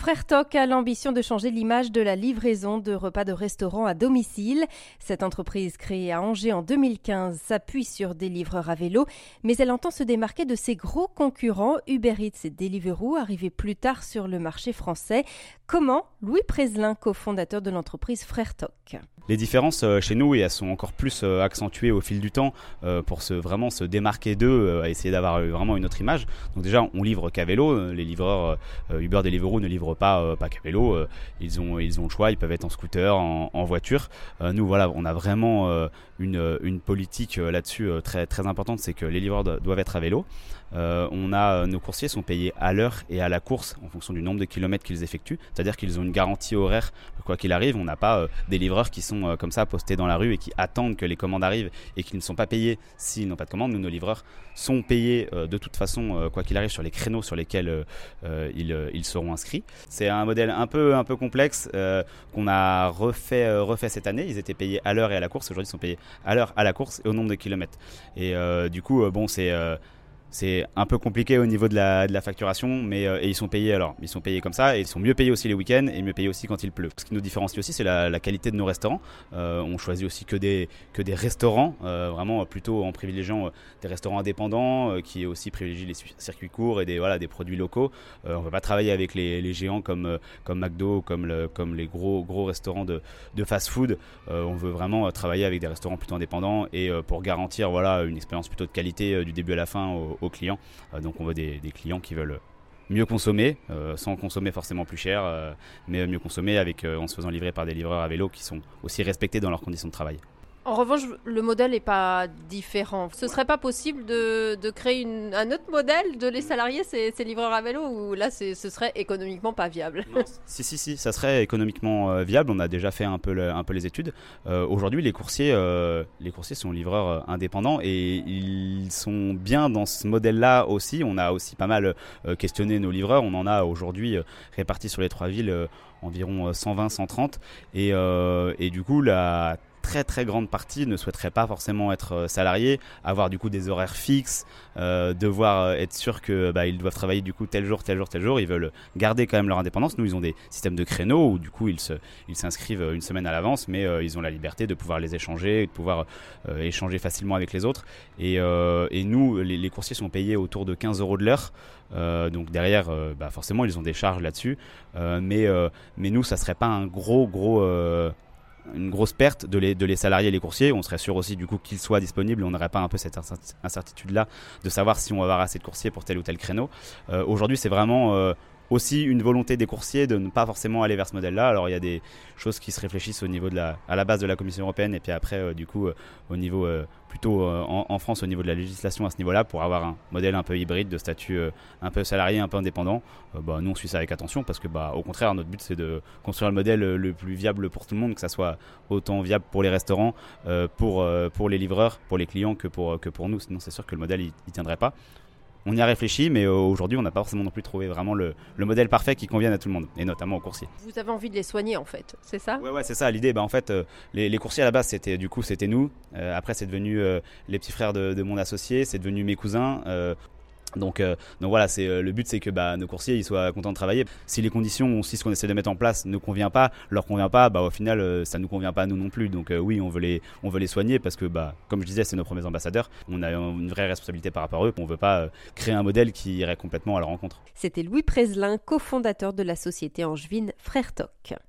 Frère Toc a l'ambition de changer l'image de la livraison de repas de restaurant à domicile. Cette entreprise créée à Angers en 2015 s'appuie sur des livreurs à vélo, mais elle entend se démarquer de ses gros concurrents Uber Eats et Deliveroo, arrivés plus tard sur le marché français. Comment ? Louis Prezelin, cofondateur de l'entreprise Frère Toc. Les différences chez nous, et elles sont encore plus accentuées au fil du temps pour vraiment se démarquer d'eux, essayer d'avoir vraiment une autre image. Donc déjà, on livre qu'à vélo. Les livreurs Uber, Deliveroo ne livrent pas qu'à vélo. Ils ont le choix, ils peuvent être en scooter, en voiture. Nous, voilà, on a vraiment une politique là-dessus très, très importante, c'est que les livreurs doivent être à vélo. Nos coursiers sont payés à l'heure et à la course en fonction du nombre de kilomètres qu'ils effectuent. C'est-à-dire qu'ils ont une garantie horaire, quoi qu'il arrive. On n'a pas des livreurs qui sont comme ça postés dans la rue et qui attendent que les commandes arrivent et qui ne sont pas payés s'ils n'ont pas de commande. Nous, nos livreurs sont payés de toute façon, quoi qu'il arrive, sur les créneaux sur lesquels ils seront inscrits. C'est un modèle un peu complexe qu'on a refait cette année. Ils étaient payés à l'heure et à la course. Aujourd'hui, ils sont payés à l'heure, à la course et au nombre de kilomètres. Et du coup, c'est un peu compliqué au niveau de la facturation, mais et ils sont payés comme ça, et ils sont mieux payés aussi les week-ends et mieux payés aussi quand il pleut. Ce qui nous différencie aussi, c'est la qualité de nos restaurants. On choisit aussi que des restaurants, vraiment plutôt en privilégiant des restaurants indépendants qui aussi privilégient les circuits courts et des produits locaux. On ne va pas travailler avec les géants comme McDo, comme les gros restaurants de fast-food. On veut vraiment travailler avec des restaurants plutôt indépendants et pour garantir une expérience plutôt de qualité du début à la fin aux clients. Donc on veut des clients qui veulent mieux consommer, sans consommer forcément plus cher, mais mieux consommer en se faisant livrer par des livreurs à vélo qui sont aussi respectés dans leurs conditions de travail. En revanche, le modèle n'est pas différent. Ce ne serait pas possible de créer un autre modèle de les salariés, ces livreurs à vélo, ou là, ce serait économiquement pas viable? Non. Si, ça serait économiquement viable. On a déjà fait un peu les études. Aujourd'hui, les coursiers sont livreurs indépendants et ils sont bien dans ce modèle-là aussi. On a aussi pas mal questionné nos livreurs. On en a aujourd'hui répartis sur les 3 villes environ 120, 130. Et du coup, la très très grande partie ne souhaiterait pas forcément être salariés, avoir du coup des horaires fixes, devoir être sûr que ils doivent travailler du coup tel jour. Ils veulent garder quand même leur indépendance. Nous, ils ont des systèmes de créneaux où du coup ils s'inscrivent une semaine à l'avance, mais ils ont la liberté de pouvoir les échanger, de pouvoir échanger facilement avec les autres. Et nous, les coursiers sont payés autour de 15 € de l'heure. Donc derrière, forcément, ils ont des charges là-dessus. Mais nous, ça serait pas une grosse perte de les salariés et les coursiers. On serait sûr aussi du coup qu'ils soient disponibles. On n'aurait pas un peu cette incertitude là de savoir si on va avoir assez de coursiers pour tel ou tel créneau. Aujourd'hui, c'est vraiment aussi une volonté des coursiers de ne pas forcément aller vers ce modèle-là. Alors il y a des choses qui se réfléchissent au niveau à la base de la Commission européenne et puis après au niveau plutôt en France au niveau de la législation à ce niveau-là pour avoir un modèle un peu hybride de statut un peu salarié, un peu indépendant. Nous on suit ça avec attention parce que au contraire notre but c'est de construire le modèle le plus viable pour tout le monde, que ça soit autant viable pour les restaurants, pour les livreurs, pour les clients que pour nous. Sinon c'est sûr que le modèle il tiendrait pas. On y a réfléchi, mais aujourd'hui, on n'a pas forcément non plus trouvé vraiment le modèle parfait qui convienne à tout le monde, et notamment aux coursiers. Vous avez envie de les soigner, en fait, c'est ça ? Ouais, c'est ça l'idée. En fait, les coursiers à la base, c'était nous. Après, c'est devenu les petits frères de mon associé, c'est devenu mes cousins. Donc voilà, le but c'est que nos coursiers ils soient contents de travailler. Si les conditions, si ce qu'on essaie de mettre en place ne convient pas, leur convient pas, au final ça nous convient pas à nous non plus. Donc oui, on veut les soigner parce que comme je disais, c'est nos premiers ambassadeurs. On a une vraie responsabilité par rapport à eux. On veut pas créer un modèle qui irait complètement à leur rencontre. C'était Louis Prezelin, cofondateur de la société angevine Frère Toc.